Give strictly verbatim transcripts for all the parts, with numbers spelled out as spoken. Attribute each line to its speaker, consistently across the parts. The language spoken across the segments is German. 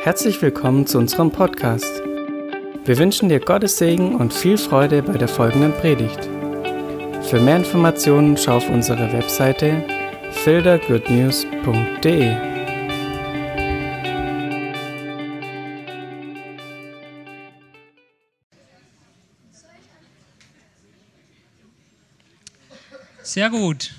Speaker 1: Herzlich willkommen zu unserem Podcast. Wir wünschen dir Gottes Segen und viel Freude bei der folgenden Predigt. Für mehr Informationen schau auf unsere Webseite fildergoodnews punkt de.
Speaker 2: Sehr gut.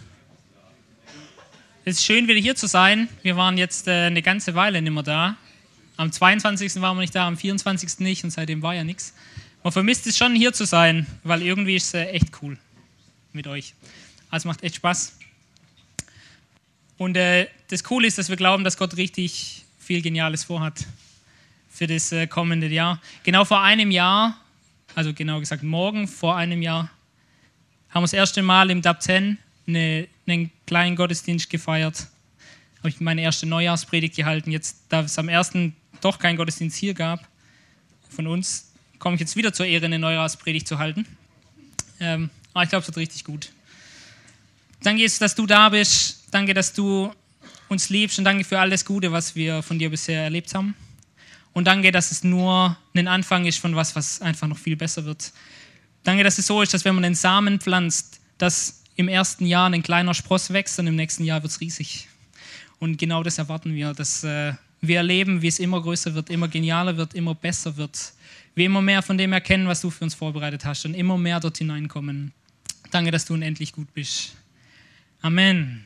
Speaker 2: Es ist schön, wieder hier zu sein. Wir waren jetzt äh, eine ganze Weile nicht mehr da. Am zweiundzwanzigsten waren wir nicht da, am vierundzwanzigsten nicht und seitdem war ja nichts. Man vermisst es schon, hier zu sein, weil irgendwie ist es äh, echt cool mit euch. Also macht echt Spaß. Und äh, das Coole ist, dass wir glauben, dass Gott richtig viel Geniales vorhat für das äh, kommende Jahr. Genau vor einem Jahr, also genau gesagt morgen vor einem Jahr, haben wir das erste Mal im D A B zehn eine, einen kleinen Gottesdienst gefeiert. Habe ich meine erste Neujahrspredigt gehalten. Jetzt, da es am ersten doch keinen Gottesdienst hier gab von uns, komme ich jetzt wieder zur Ehre, eine Neujahrspredigt zu halten. Ähm, aber ich glaube, es wird richtig gut. Danke, Jesus, dass du da bist. Danke, dass du uns liebst und danke für alles Gute, was wir von dir bisher erlebt haben. Und danke, dass es nur ein Anfang ist von was, was einfach noch viel besser wird. Danke, dass es so ist, dass wenn man einen Samen pflanzt, dass im ersten Jahr ein kleiner Spross wächst und im nächsten Jahr wird es riesig. Und genau das erwarten wir, dass äh, wir erleben, wie es immer größer wird, immer genialer wird, immer besser wird. Wir immer mehr von dem erkennen, was du für uns vorbereitet hast und immer mehr dort hineinkommen. Danke, dass du unendlich gut bist. Amen.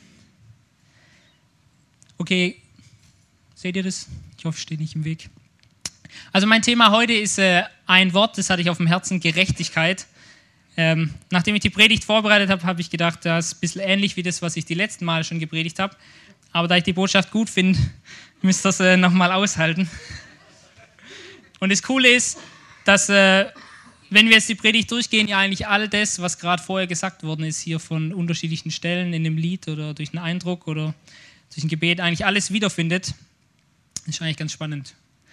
Speaker 2: Okay, seht ihr das? Ich hoffe, ich stehe nicht im Weg. Also mein Thema heute ist äh, ein Wort, das hatte ich auf dem Herzen, Gerechtigkeit. Ähm, nachdem ich die Predigt vorbereitet habe, habe ich gedacht, das ist ein bisschen ähnlich wie das, was ich die letzten Male schon gepredigt habe. Aber da ich die Botschaft gut finde, müsst ihr das äh, nochmal aushalten. Und das Coole ist, dass, äh, wenn wir jetzt die Predigt durchgehen, ja eigentlich all das, was gerade vorher gesagt worden ist, hier von unterschiedlichen Stellen in dem Lied oder durch einen Eindruck oder durch ein Gebet, eigentlich alles wiederfindet. Das ist eigentlich ganz spannend.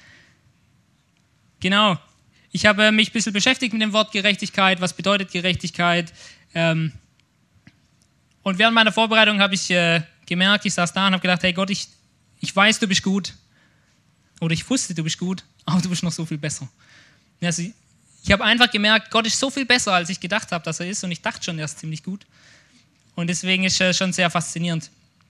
Speaker 2: Genau. Ich habe mich ein bisschen beschäftigt mit dem Wort Gerechtigkeit. Was bedeutet Gerechtigkeit? Ähm, und während meiner Vorbereitung habe ich äh, gemerkt, ich saß da und habe gedacht, hey Gott, ich, ich weiß, du bist gut. Oder ich wusste, du bist gut, aber du bist noch so viel besser. Also ich, ich habe einfach gemerkt, Gott ist so viel besser, als ich gedacht habe, dass er ist. Und ich dachte schon, er ist ziemlich gut. Und deswegen ist es schon sehr faszinierend.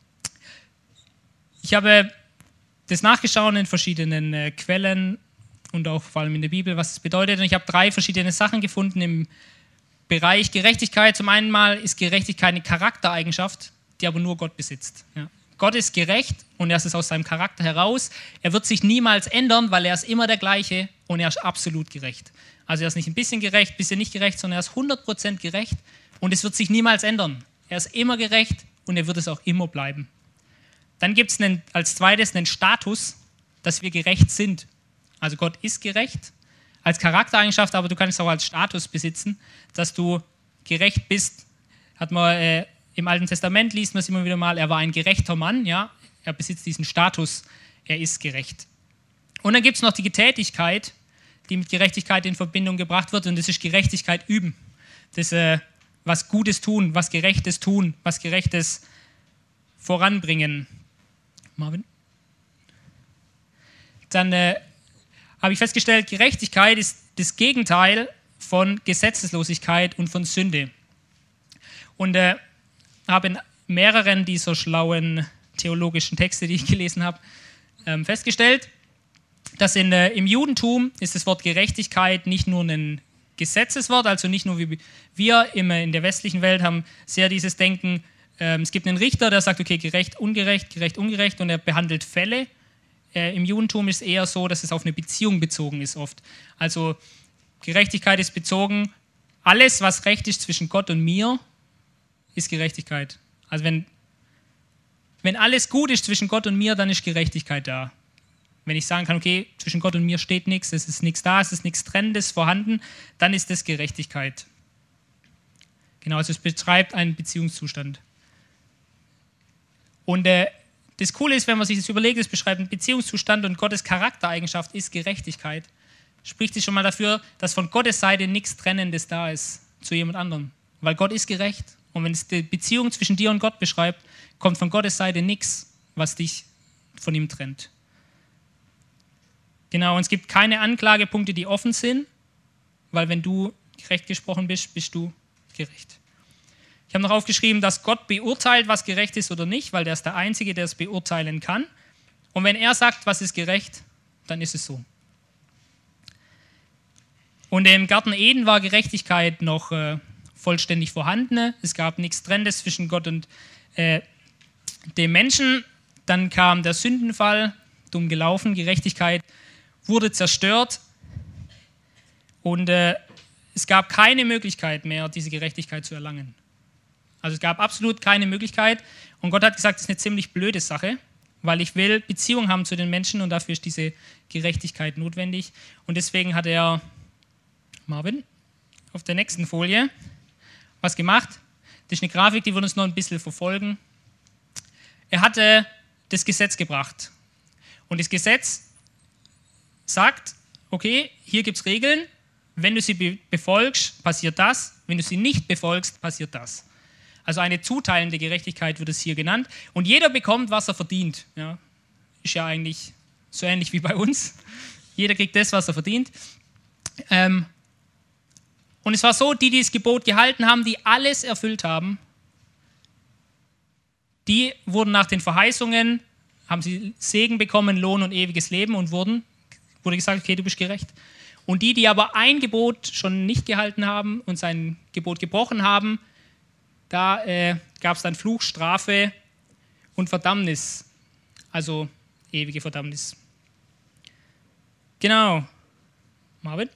Speaker 2: Ich habe das nachgeschaut in verschiedenen äh, Quellen und auch vor allem in der Bibel, was es bedeutet. Und ich habe drei verschiedene Sachen gefunden im Bereich Gerechtigkeit. Zum einen mal ist Gerechtigkeit eine Charaktereigenschaft, die aber nur Gott besitzt. Ja. Gott ist gerecht und er ist es aus seinem Charakter heraus. Er wird sich niemals ändern, weil er ist immer der gleiche und er ist absolut gerecht. Also er ist nicht ein bisschen gerecht, ein bisschen nicht gerecht, sondern er ist hundert Prozent gerecht und es wird sich niemals ändern. Er ist immer gerecht und er wird es auch immer bleiben. Dann gibt es als zweites einen Status, dass wir gerecht sind. Also Gott ist gerecht als Charaktereigenschaft, aber du kannst es auch als Status besitzen, dass du gerecht bist. Hat man äh, im Alten Testament, liest man es immer wieder mal, er war ein gerechter Mann, ja, er besitzt diesen Status, er ist gerecht. Und dann gibt es noch die Tätigkeit, die mit Gerechtigkeit in Verbindung gebracht wird, und das ist Gerechtigkeit üben. Das äh, was Gutes tun, was Gerechtes tun, was Gerechtes voranbringen. Marvin? Dann äh, habe ich festgestellt, Gerechtigkeit ist das Gegenteil von Gesetzeslosigkeit und von Sünde. Und äh, habe in mehreren dieser schlauen theologischen Texte, die ich gelesen habe, ähm, festgestellt, dass in, äh, im Judentum ist das Wort Gerechtigkeit nicht nur ein Gesetzeswort, also nicht nur wie wir immer in der westlichen Welt haben sehr dieses Denken, ähm, es gibt einen Richter, der sagt, okay, gerecht, ungerecht, gerecht, ungerecht, und er behandelt Fälle. Äh, Im Judentum ist es eher so, dass es auf eine Beziehung bezogen ist oft. Also Gerechtigkeit ist bezogen, alles, was recht ist zwischen Gott und mir, ist Gerechtigkeit. Also wenn, wenn alles gut ist zwischen Gott und mir, dann ist Gerechtigkeit da. Wenn ich sagen kann, okay, zwischen Gott und mir steht nichts, es ist nichts da, es ist nichts Trennendes vorhanden, dann ist das Gerechtigkeit. Genau, also es beschreibt einen Beziehungszustand. Und äh, das Coole ist, wenn man sich das überlegt, es beschreibt einen Beziehungszustand und Gottes Charaktereigenschaft ist Gerechtigkeit, spricht es schon mal dafür, dass von Gottes Seite nichts Trennendes da ist zu jemand anderem. Weil Gott ist gerecht. Und wenn es die Beziehung zwischen dir und Gott beschreibt, kommt von Gottes Seite nichts, was dich von ihm trennt. Genau, und es gibt keine Anklagepunkte, die offen sind, weil wenn du gerecht gesprochen bist, bist du gerecht. Ich habe noch aufgeschrieben, dass Gott beurteilt, was gerecht ist oder nicht, weil der ist der Einzige, der es beurteilen kann. Und wenn er sagt, was ist gerecht, dann ist es so. Und im Garten Eden war Gerechtigkeit noch äh, vollständig vorhanden. Es gab nichts Trennendes zwischen Gott und äh, dem Menschen. Dann kam der Sündenfall, dumm gelaufen, Gerechtigkeit wurde zerstört. Und äh, es gab keine Möglichkeit mehr, diese Gerechtigkeit zu erlangen. Also es gab absolut keine Möglichkeit. Und Gott hat gesagt, das ist eine ziemlich blöde Sache, weil ich will Beziehung haben zu den Menschen und dafür ist diese Gerechtigkeit notwendig. Und deswegen hat er, Marvin, auf der nächsten Folie was gemacht. Das ist eine Grafik, die wird uns noch ein bisschen verfolgen. Er hatte das Gesetz gebracht. Und das Gesetz sagt, okay, hier gibt es Regeln. Wenn du sie be- befolgst, passiert das. Wenn du sie nicht befolgst, passiert das. Also eine zuteilende Gerechtigkeit wird es hier genannt. Und jeder bekommt, was er verdient. Ja, ist ja eigentlich so ähnlich wie bei uns. Jeder kriegt das, was er verdient. Ähm, und es war so, die, die das Gebot gehalten haben, die alles erfüllt haben, die wurden nach den Verheißungen, haben sie Segen bekommen, Lohn und ewiges Leben und wurden, wurde gesagt, okay, du bist gerecht. Und die, die aber ein Gebot schon nicht gehalten haben und sein Gebot gebrochen haben, da äh, gab es dann Fluch, Strafe und Verdammnis, also ewige Verdammnis. Genau. Marvin?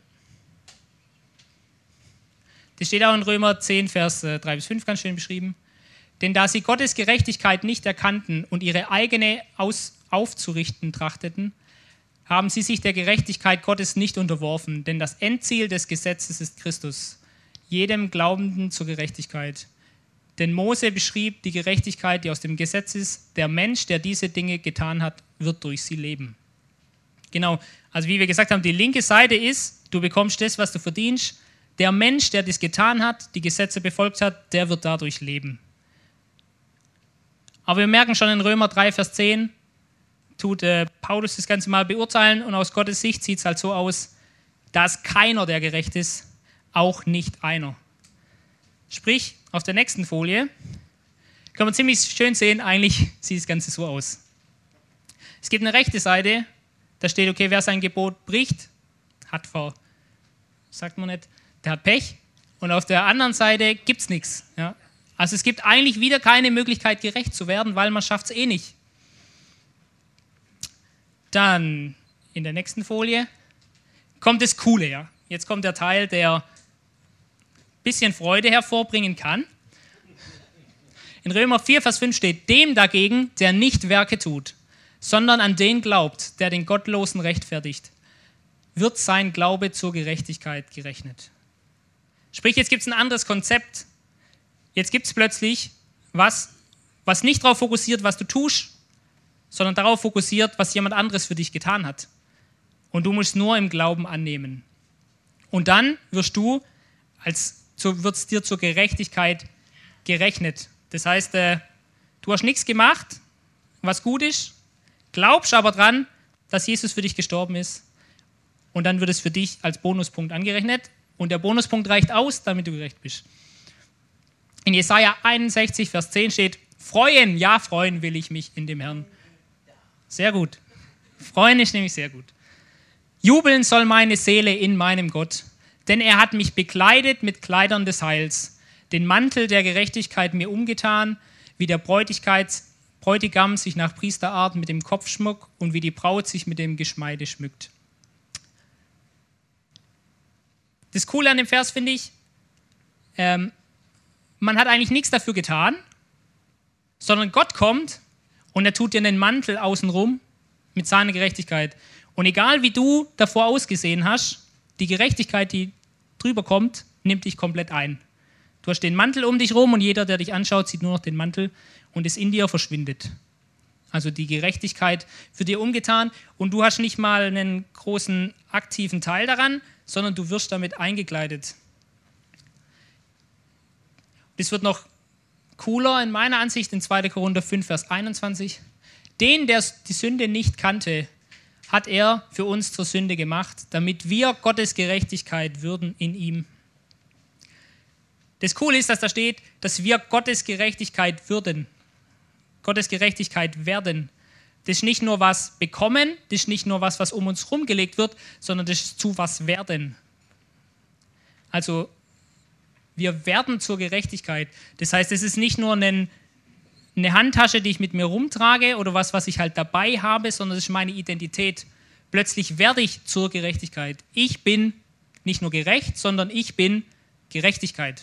Speaker 2: Das steht auch in Römer zehn, Vers drei bis fünf ganz schön beschrieben. Denn da sie Gottes Gerechtigkeit nicht erkannten und ihre eigene aus, aufzurichten trachteten, haben sie sich der Gerechtigkeit Gottes nicht unterworfen. Denn das Endziel des Gesetzes ist Christus, jedem Glaubenden zur Gerechtigkeit. Denn Mose beschrieb die Gerechtigkeit, die aus dem Gesetz ist. Der Mensch, der diese Dinge getan hat, wird durch sie leben. Genau, also wie wir gesagt haben, die linke Seite ist, du bekommst das, was du verdienst. Der Mensch, der das getan hat, die Gesetze befolgt hat, der wird dadurch leben. Aber wir merken schon in Römer drei, Vers zehn, tut äh, Paulus das Ganze mal beurteilen und aus Gottes Sicht sieht es halt so aus, dass keiner, der gerecht ist, auch nicht einer. Sprich, auf der nächsten Folie kann man ziemlich schön sehen, eigentlich sieht das Ganze so aus. Es gibt eine rechte Seite, da steht, okay, wer sein Gebot bricht, hat vor, sagt man nicht, der hat Pech. Und auf der anderen Seite gibt es nichts. Ja? Also es gibt eigentlich wieder keine Möglichkeit, gerecht zu werden, weil man schafft es eh nicht. Dann in der nächsten Folie kommt das Coole. Ja? Jetzt kommt der Teil, der ein bisschen Freude hervorbringen kann. In Römer vier, Vers fünf steht, dem dagegen, der nicht Werke tut, sondern an den glaubt, der den Gottlosen rechtfertigt, wird sein Glaube zur Gerechtigkeit gerechnet. Sprich, jetzt gibt es ein anderes Konzept. Jetzt gibt es plötzlich was, was nicht darauf fokussiert, was du tust, sondern darauf fokussiert, was jemand anderes für dich getan hat. Und du musst nur im Glauben annehmen. Und dann wirst du, als wird es dir zur Gerechtigkeit gerechnet. Das heißt, äh, du hast nichts gemacht, was gut ist, glaubst aber dran, dass Jesus für dich gestorben ist. Und dann wird es für dich als Bonuspunkt angerechnet. Und der Bonuspunkt reicht aus, damit du gerecht bist. In Jesaja einundsechzig, Vers zehn steht, freuen, ja, freuen will ich mich in dem Herrn. Sehr gut. Freuen ist nämlich sehr gut. Jubeln soll meine Seele in meinem Gott, denn er hat mich bekleidet mit Kleidern des Heils, den Mantel der Gerechtigkeit mir umgetan, wie der Bräutigam sich nach Priesterart mit dem Kopfschmuck und wie die Braut sich mit dem Geschmeide schmückt. Das Coole an dem Vers finde ich, ähm, man hat eigentlich nichts dafür getan, sondern Gott kommt und er tut dir einen Mantel außenrum mit seiner Gerechtigkeit. Und egal wie du davor ausgesehen hast, die Gerechtigkeit, die drüber kommt, nimmt dich komplett ein. Du hast den Mantel um dich rum und jeder, der dich anschaut, sieht nur noch den Mantel und es in dir verschwindet. Also die Gerechtigkeit wird dir umgetan und du hast nicht mal einen großen aktiven Teil daran, sondern du wirst damit eingekleidet. Das wird noch cooler in meiner Ansicht in zweiter Korinther fünf, Vers einundzwanzig. Den, der die Sünde nicht kannte, hat er für uns zur Sünde gemacht, damit wir Gottes Gerechtigkeit würden in ihm. Das Coole ist, dass da steht, dass wir Gottes Gerechtigkeit würden. Gottes Gerechtigkeit werden. Das ist nicht nur was bekommen, das ist nicht nur was, was um uns rumgelegt wird, sondern das ist zu was werden. Also wir werden zur Gerechtigkeit. Das heißt, es ist nicht nur ein, eine Handtasche, die ich mit mir rumtrage oder was, was ich halt dabei habe, sondern es ist meine Identität. Plötzlich werde ich zur Gerechtigkeit. Ich bin nicht nur gerecht, sondern ich bin Gerechtigkeit.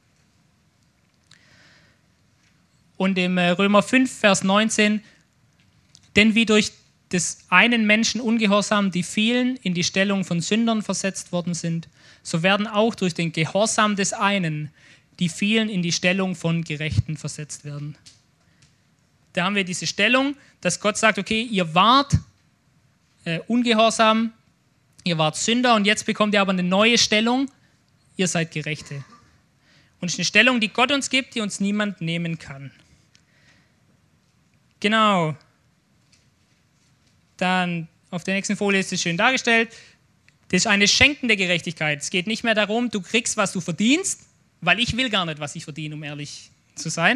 Speaker 2: Und im Römer fünf, Vers neunzehn, denn wie durch des einen Menschen Ungehorsam die vielen in die Stellung von Sündern versetzt worden sind, so werden auch durch den Gehorsam des einen die vielen in die Stellung von Gerechten versetzt werden. Da haben wir diese Stellung, dass Gott sagt, okay, ihr wart äh, ungehorsam, ihr wart Sünder und jetzt bekommt ihr aber eine neue Stellung, ihr seid Gerechte. Und es ist eine Stellung, die Gott uns gibt, die uns niemand nehmen kann. Genau. Dann auf der nächsten Folie ist es schön dargestellt. Das ist eine schenkende Gerechtigkeit. Es geht nicht mehr darum, du kriegst, was du verdienst, weil ich will gar nicht, was ich verdiene, um ehrlich zu sein.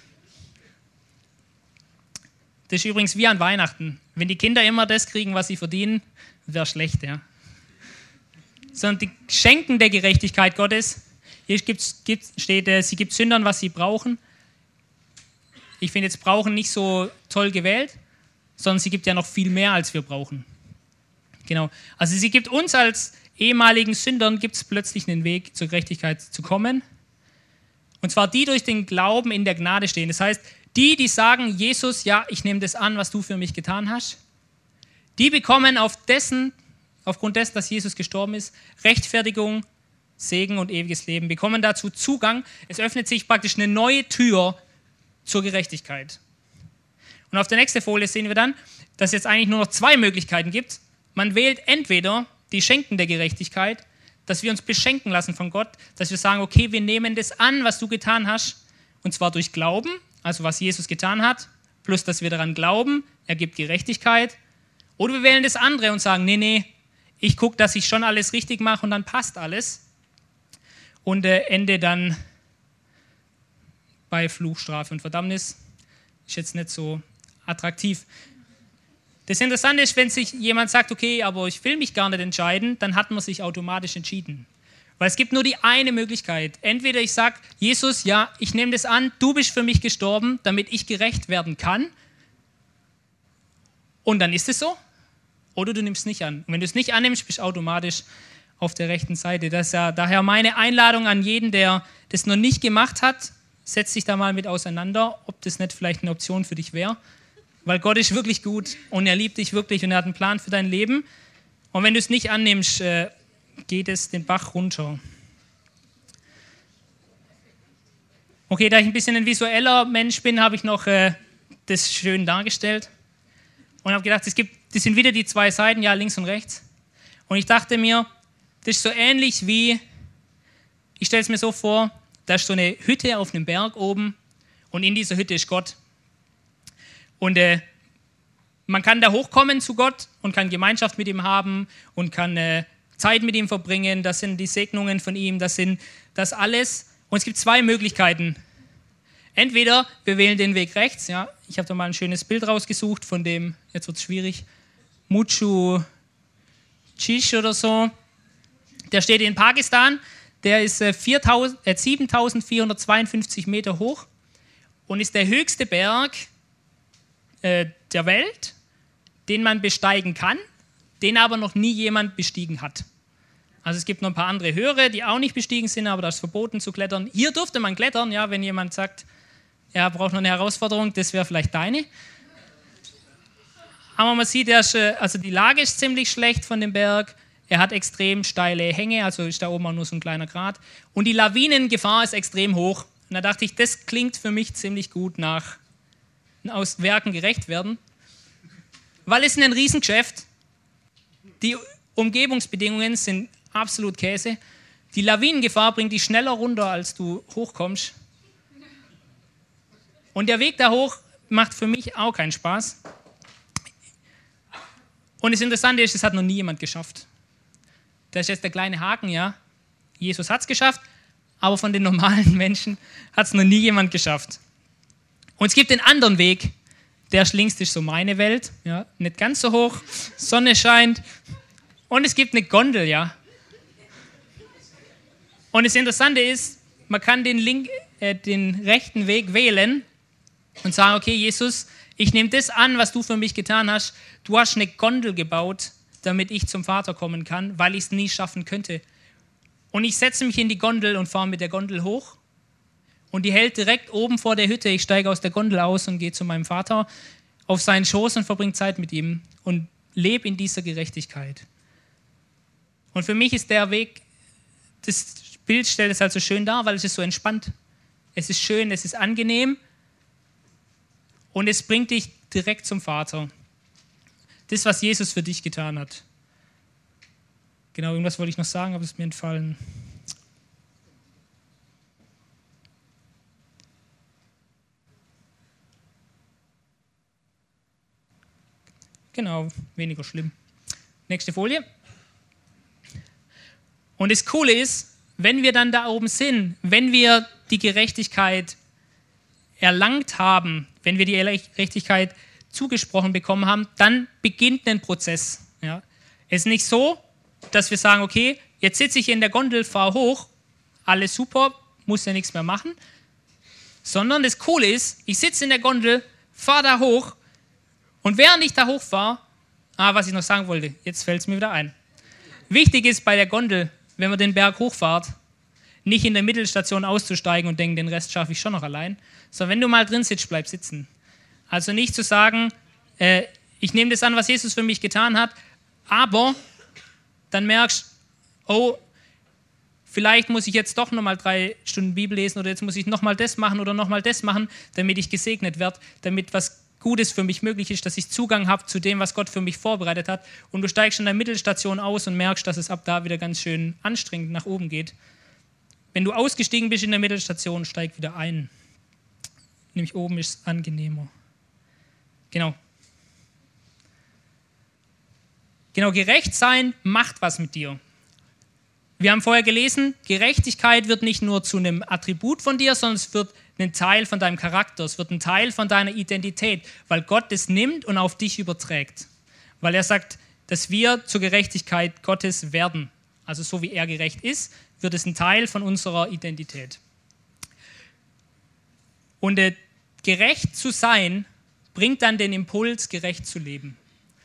Speaker 2: Das ist übrigens wie an Weihnachten. Wenn die Kinder immer das kriegen, was sie verdienen, wäre schlecht, ja. Sondern die schenkende Gerechtigkeit Gottes, hier gibt's, gibt, steht, äh, sie gibt Sündern, was sie brauchen. Ich finde jetzt brauchen nicht so toll gewählt, sondern sie gibt ja noch viel mehr, als wir brauchen. Genau. Also sie gibt uns als ehemaligen Sündern, gibt es plötzlich einen Weg zur Gerechtigkeit zu kommen. Und zwar die durch den Glauben in der Gnade stehen. Das heißt, die, die sagen, Jesus, ja, ich nehme das an, was du für mich getan hast, die bekommen auf dessen, aufgrund dessen, dass Jesus gestorben ist, Rechtfertigung, Segen und ewiges Leben, bekommen dazu Zugang. Es öffnet sich praktisch eine neue Tür zur Gerechtigkeit. Und auf der nächsten Folie sehen wir dann, dass es jetzt eigentlich nur noch zwei Möglichkeiten gibt. Man wählt entweder die schenkende Gerechtigkeit, dass wir uns beschenken lassen von Gott, dass wir sagen, okay, wir nehmen das an, was du getan hast, und zwar durch Glauben, also was Jesus getan hat, plus dass wir daran glauben, er gibt Gerechtigkeit. Oder wir wählen das andere und sagen, nee, nee, ich gucke, dass ich schon alles richtig mache und dann passt alles. Und äh, ende dann bei Fluch, Strafe und Verdammnis. Ist jetzt nicht so attraktiv. Das Interessante ist, wenn sich jemand sagt, okay, aber ich will mich gar nicht entscheiden, dann hat man sich automatisch entschieden. Weil es gibt nur die eine Möglichkeit. Entweder ich sage, Jesus, ja, ich nehme das an, du bist für mich gestorben, damit ich gerecht werden kann. Und dann ist es so. Oder du nimmst es nicht an. Und wenn du es nicht annimmst, bist du automatisch auf der rechten Seite. Das ist ja daher meine Einladung an jeden, der das noch nicht gemacht hat, setz dich da mal mit auseinander, ob das nicht vielleicht eine Option für dich wäre. Weil Gott ist wirklich gut und er liebt dich wirklich und er hat einen Plan für dein Leben. Und wenn du es nicht annimmst, äh, geht es den Bach runter. Okay, da ich ein bisschen ein visueller Mensch bin, habe ich noch äh, das schön dargestellt. Und habe gedacht, es gibt, das sind wieder die zwei Seiten, ja, links und rechts. Und ich dachte mir, das ist so ähnlich wie, ich stelle es mir so vor, da ist so eine Hütte auf einem Berg oben und in dieser Hütte ist Gott. Und äh, man kann da hochkommen zu Gott und kann Gemeinschaft mit ihm haben und kann äh, Zeit mit ihm verbringen. Das sind die Segnungen von ihm, das sind das alles. Und es gibt zwei Möglichkeiten. Entweder wir wählen den Weg rechts, ja, ich habe da mal ein schönes Bild rausgesucht von dem, jetzt wird es schwierig, Muchu Chish oder so. Der steht in Pakistan. Der ist äh, siebentausendvierhundertzweiundfünfzig Meter hoch und ist der höchste Berg äh, der Welt, den man besteigen kann, den aber noch nie jemand bestiegen hat. Also es gibt noch ein paar andere höhere, die auch nicht bestiegen sind, aber das ist verboten zu klettern. Hier durfte man klettern, ja, wenn jemand sagt, er braucht noch eine Herausforderung, das wäre vielleicht deine. Aber man sieht, ja, also die Lage ist ziemlich schlecht von dem Berg. Er hat extrem steile Hänge, also ist da oben auch nur so ein kleiner Grat. Und die Lawinengefahr ist extrem hoch. Und da dachte ich, das klingt für mich ziemlich gut nach aus Werken gerecht werden. Weil es ist ein Riesengeschäft. Die Umgebungsbedingungen sind absolut Käse. Die Lawinengefahr bringt dich schneller runter, als du hochkommst. Und der Weg da hoch macht für mich auch keinen Spaß. Und das Interessante ist, das hat noch nie jemand geschafft. Das ist jetzt der kleine Haken, ja. Jesus hat es geschafft, aber von den normalen Menschen hat es noch nie jemand geschafft. Und es gibt den anderen Weg, der ist links, ist so meine Welt, ja, nicht ganz so hoch, Sonne scheint und es gibt eine Gondel, ja. Und das Interessante ist, man kann den, link, äh, den rechten Weg wählen und sagen, okay, Jesus, ich nehme das an, was du für mich getan hast. Du hast eine Gondel gebaut, damit ich zum Vater kommen kann, weil ich es nie schaffen könnte. Und ich setze mich in die Gondel und fahre mit der Gondel hoch. Und die hält direkt oben vor der Hütte. Ich steige aus der Gondel aus und gehe zu meinem Vater auf seinen Schoß und verbringe Zeit mit ihm und lebe in dieser Gerechtigkeit. Und für mich ist der Weg, das Bild stellt es halt so schön dar, weil es ist so entspannt. Es ist schön, es ist angenehm und es bringt dich direkt zum Vater. Das, was Jesus für dich getan hat. Genau, irgendwas wollte ich noch sagen, aber es ist mir entfallen. Genau, weniger schlimm. Nächste Folie. Und das Coole ist, wenn wir dann da oben sind, wenn wir die Gerechtigkeit erlangt haben, wenn wir die Gerechtigkeit zugesprochen bekommen haben, dann beginnt ein Prozess. Ja. Es ist nicht so, dass wir sagen, okay, jetzt sitze ich in der Gondel, fahre hoch, alles super, muss ja nichts mehr machen, sondern das Coole ist, ich sitze in der Gondel, fahre da hoch und während ich da hochfahre, ah, was ich noch sagen wollte, jetzt fällt es mir wieder ein. Wichtig ist bei der Gondel, wenn man den Berg hochfahrt, nicht in der Mittelstation auszusteigen und denken, den Rest schaffe ich schon noch allein, sondern wenn du mal drin sitzt, bleib sitzen. Also nicht zu sagen, äh, ich nehme das an, was Jesus für mich getan hat, aber dann merkst du, oh, vielleicht muss ich jetzt doch nochmal drei Stunden Bibel lesen oder jetzt muss ich nochmal das machen oder nochmal das machen, damit ich gesegnet werde, damit was Gutes für mich möglich ist, dass ich Zugang habe zu dem, was Gott für mich vorbereitet hat. Und du steigst in der Mittelstation aus und merkst, dass es ab da wieder ganz schön anstrengend nach oben geht. Wenn du ausgestiegen bist in der Mittelstation, steig wieder ein. Nämlich oben ist es angenehmer. Genau. Genau, gerecht sein macht was mit dir. Wir haben vorher gelesen, Gerechtigkeit wird nicht nur zu einem Attribut von dir, sondern es wird ein Teil von deinem Charakter, es wird ein Teil von deiner Identität, weil Gott es nimmt und auf dich überträgt. Weil er sagt, dass wir zur Gerechtigkeit Gottes werden. Also so wie er gerecht ist, wird es ein Teil von unserer Identität. Und äh, gerecht zu sein, bringt dann den Impuls, gerecht zu leben.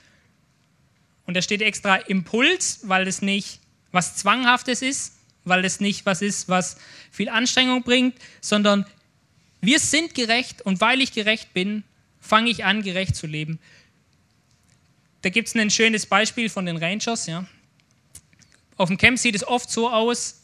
Speaker 2: Und da steht extra Impuls, weil es nicht was Zwanghaftes ist, weil es nicht was ist, was viel Anstrengung bringt, sondern wir sind gerecht und weil ich gerecht bin, fange ich an, gerecht zu leben. Da gibt es ein schönes Beispiel von den Rangers. Ja. Auf dem Camp sieht es oft so aus,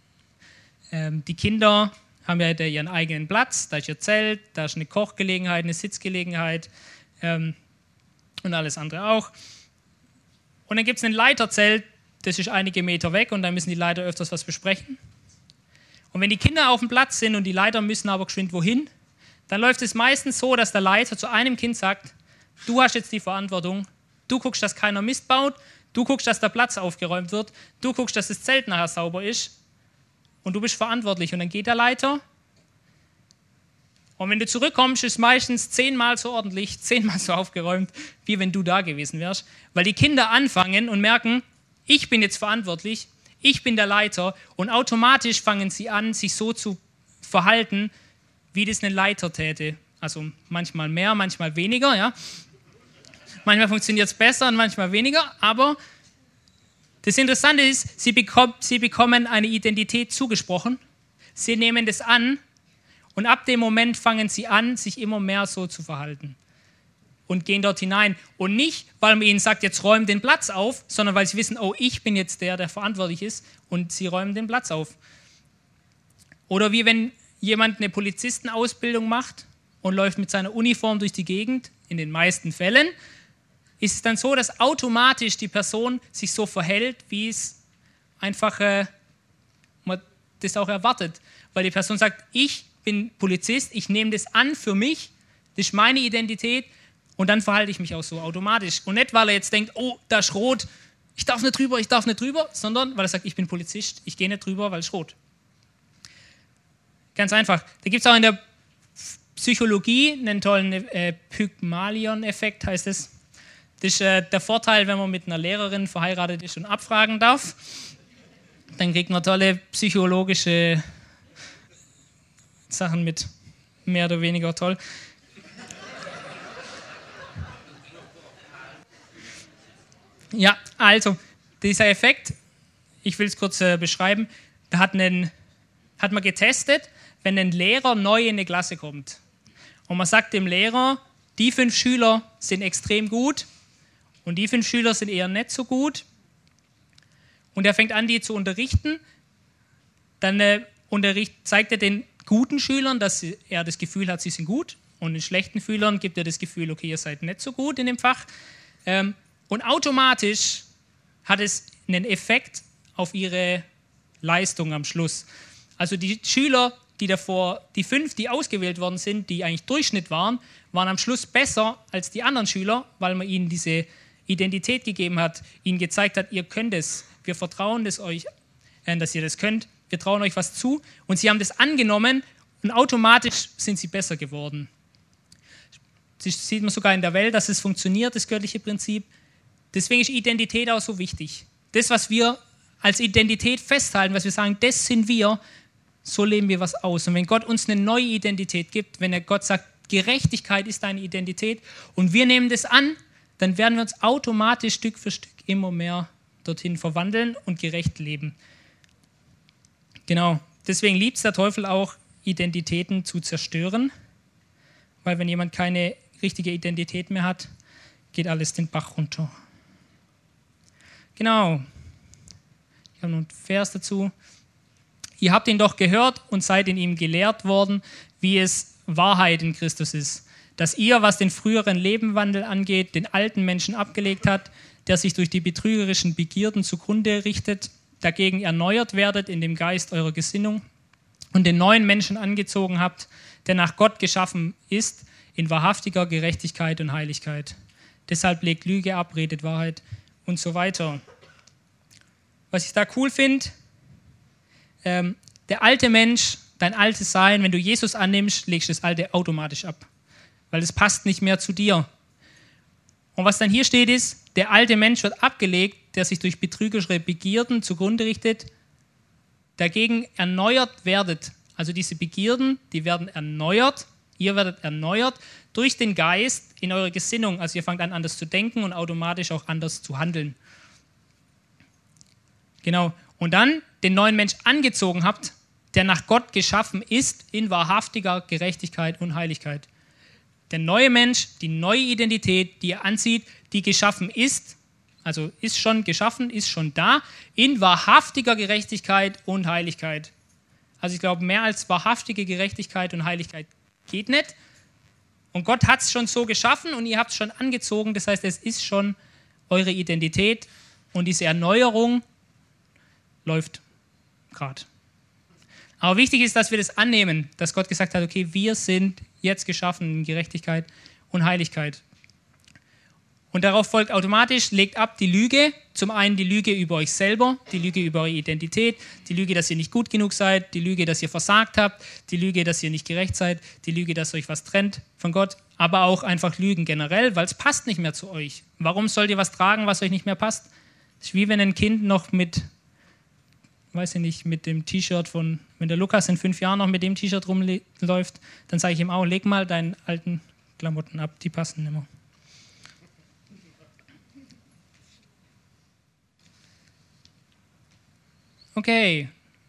Speaker 2: ähm, die Kinder haben ja ihren eigenen Platz, da ist ihr Zelt, da ist eine Kochgelegenheit, eine Sitzgelegenheit ähm, und alles andere auch. Und dann gibt es ein Leiterzelt, das ist einige Meter weg und da müssen die Leiter öfters was besprechen. Und wenn die Kinder auf dem Platz sind und die Leiter müssen aber geschwind wohin, dann läuft es meistens so, dass der Leiter zu einem Kind sagt, du hast jetzt die Verantwortung, du guckst, dass keiner Mist baut, du guckst, dass der Platz aufgeräumt wird, du guckst, dass das Zelt nachher sauber ist und du bist verantwortlich. Und dann geht der Leiter und wenn du zurückkommst, ist es meistens zehnmal so ordentlich, zehnmal so aufgeräumt, wie wenn du da gewesen wärst, weil die Kinder anfangen und merken, ich bin jetzt verantwortlich, ich bin der Leiter und automatisch fangen sie an, sich so zu verhalten, wie das ein Leiter täte. Also manchmal mehr, manchmal weniger. Ja. Manchmal funktioniert es besser und manchmal weniger, aber das Interessante ist, sie, bekommen, sie bekommen eine Identität zugesprochen, sie nehmen das an und ab dem Moment fangen sie an, sich immer mehr so zu verhalten. Und gehen dort hinein. Und nicht, weil man ihnen sagt, jetzt räumen den Platz auf, sondern weil sie wissen, oh, ich bin jetzt der, der verantwortlich ist und sie räumen den Platz auf. Oder wie wenn jemand eine Polizistenausbildung macht und läuft mit seiner Uniform durch die Gegend, in den meisten Fällen, ist es dann so, dass automatisch die Person sich so verhält, wie es einfach äh, man das auch erwartet. Weil die Person sagt, ich bin Polizist, ich nehme das an für mich, das ist meine Identität, Und dann verhalte ich mich auch so automatisch. Und nicht, weil er jetzt denkt, oh, da ist rot, ich darf nicht drüber, ich darf nicht drüber, sondern weil er sagt, ich bin Polizist, ich gehe nicht drüber, weil es rot. Ganz einfach. Da gibt es auch in der Psychologie einen tollen äh, Pygmalion-Effekt, heißt es. Das ist äh, der Vorteil, wenn man mit einer Lehrerin verheiratet ist und abfragen darf. Dann kriegt man tolle psychologische Sachen mit, mehr oder weniger toll. Ja, also, dieser Effekt, ich will es kurz äh, beschreiben, da hat, einen, hat man getestet, wenn ein Lehrer neu in eine Klasse kommt und man sagt dem Lehrer, die fünf Schüler sind extrem gut und die fünf Schüler sind eher nicht so gut und er fängt an, die zu unterrichten, dann äh, unterricht, zeigt er den guten Schülern, dass sie, er das Gefühl hat, sie sind gut und den schlechten Schülern gibt er das Gefühl, okay, ihr seid nicht so gut in dem Fach. Ähm, Und automatisch hat es einen Effekt auf ihre Leistung am Schluss. Also die Schüler, die davor, die fünf, die ausgewählt worden sind, die eigentlich Durchschnitt waren, waren am Schluss besser als die anderen Schüler, weil man ihnen diese Identität gegeben hat, ihnen gezeigt hat, ihr könnt es, wir vertrauen das euch, äh, dass ihr das könnt, wir trauen euch was zu. Und sie haben das angenommen und automatisch sind sie besser geworden. Das sieht man sogar in der Welt, dass es funktioniert, das göttliche Prinzip. Deswegen ist Identität auch so wichtig. Das, was wir als Identität festhalten, was wir sagen, das sind wir, so leben wir was aus. Und wenn Gott uns eine neue Identität gibt, wenn er Gott sagt, Gerechtigkeit ist deine Identität und wir nehmen das an, dann werden wir uns automatisch Stück für Stück immer mehr dorthin verwandeln und gerecht leben. Genau, deswegen liebt es der Teufel auch, Identitäten zu zerstören, weil wenn jemand keine richtige Identität mehr hat, geht alles den Bach runter. Genau. Ich habe noch einen Vers dazu. Ihr habt ihn doch gehört und seid in ihm gelehrt worden, wie es Wahrheit in Christus ist. Dass ihr, was den früheren Lebenswandel angeht, den alten Menschen abgelegt habt, der sich durch die betrügerischen Begierden zugrunde richtet, dagegen erneuert werdet in dem Geist eurer Gesinnung und den neuen Menschen angezogen habt, der nach Gott geschaffen ist, in wahrhaftiger Gerechtigkeit und Heiligkeit. Deshalb legt Lüge ab, redet Wahrheit und so weiter. Was ich da cool finde, ähm, der alte Mensch, dein altes Sein, wenn du Jesus annimmst, legst du das Alte automatisch ab, weil es passt nicht mehr zu dir. Und was dann hier steht ist, der alte Mensch wird abgelegt, der sich durch betrügerische Begierden zugrunde richtet, dagegen erneuert werdet. Also diese Begierden, die werden erneuert, ihr werdet erneuert durch den Geist in eurer Gesinnung. Also ihr fangt an, anders zu denken und automatisch auch anders zu handeln. Genau. Und dann den neuen Mensch angezogen habt, der nach Gott geschaffen ist in wahrhaftiger Gerechtigkeit und Heiligkeit. Der neue Mensch, die neue Identität, die er anzieht, die geschaffen ist, also ist schon geschaffen, ist schon da, in wahrhaftiger Gerechtigkeit und Heiligkeit. Also ich glaube, mehr als wahrhaftige Gerechtigkeit und Heiligkeit geht nicht. Und Gott hat es schon so geschaffen und ihr habt es schon angezogen. Das heißt, es ist schon eure Identität und diese Erneuerung läuft gerade. Aber wichtig ist, dass wir das annehmen, dass Gott gesagt hat, okay, wir sind jetzt geschaffen in Gerechtigkeit und Heiligkeit. Und darauf folgt automatisch, legt ab die Lüge. Zum einen die Lüge über euch selber, die Lüge über eure Identität, die Lüge, dass ihr nicht gut genug seid, die Lüge, dass ihr versagt habt, die Lüge, dass ihr nicht gerecht seid, die Lüge, dass euch was trennt von Gott, aber auch einfach Lügen generell, weil es passt nicht mehr zu euch. Warum sollt ihr was tragen, was euch nicht mehr passt? Das ist wie wenn ein Kind noch mit, weiß ich nicht, mit dem T-Shirt von, wenn der Lukas in fünf Jahren noch mit dem T-Shirt rumläuft, dann sage ich ihm auch, leg mal deinen alten Klamotten ab, die passen nicht mehr. Okay.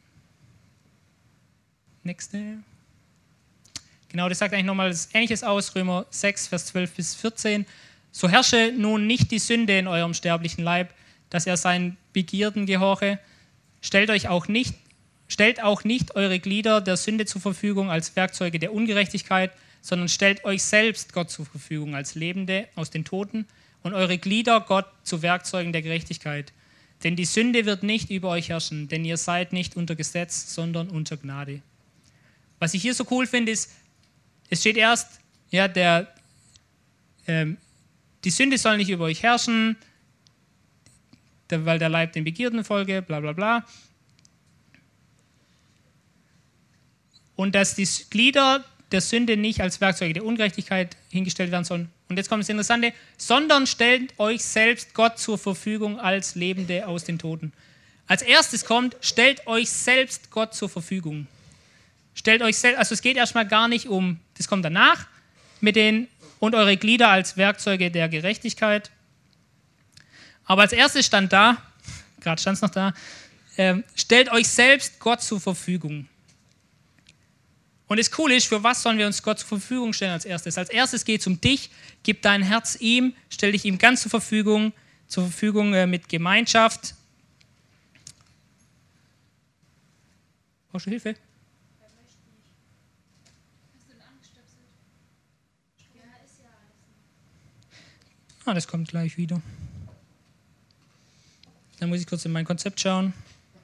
Speaker 2: Nächste. Genau, das sagt eigentlich nochmal das Ähnliches aus, Römer sechs, Vers zwölf bis vierzehn. So herrsche nun nicht die Sünde in eurem sterblichen Leib, dass er seinen Begierden gehorche. Stellt euch auch nicht, stellt auch nicht eure Glieder der Sünde zur Verfügung als Werkzeuge der Ungerechtigkeit, sondern stellt euch selbst Gott zur Verfügung als Lebende aus den Toten und eure Glieder Gott zu Werkzeugen der Gerechtigkeit. Denn die Sünde wird nicht über euch herrschen, denn ihr seid nicht unter Gesetz, sondern unter Gnade. Was ich hier so cool finde, ist, es steht erst, ja, der, ähm, die Sünde soll nicht über euch herrschen, weil der Leib den Begierden folge, bla bla bla. Und dass die Glieder der Sünde nicht als Werkzeuge der Ungerechtigkeit hingestellt werden sollen. Und jetzt kommt das Interessante, sondern stellt euch selbst Gott zur Verfügung als Lebende aus den Toten. Als erstes kommt, stellt euch selbst Gott zur Verfügung. Stellt euch selbst, also es geht erstmal gar nicht um, das kommt danach, mit den und eure Glieder als Werkzeuge der Gerechtigkeit. Aber als erstes stand da, gerade stand es noch da, äh, stellt euch selbst Gott zur Verfügung. Und das Coole ist, für was sollen wir uns Gott zur Verfügung stellen als erstes? Als erstes geht es um dich, gib dein Herz ihm, stell dich ihm ganz zur Verfügung, zur Verfügung äh, mit Gemeinschaft. Brauchst du Hilfe? Ah, das kommt gleich wieder. Dann muss ich kurz in mein Konzept schauen.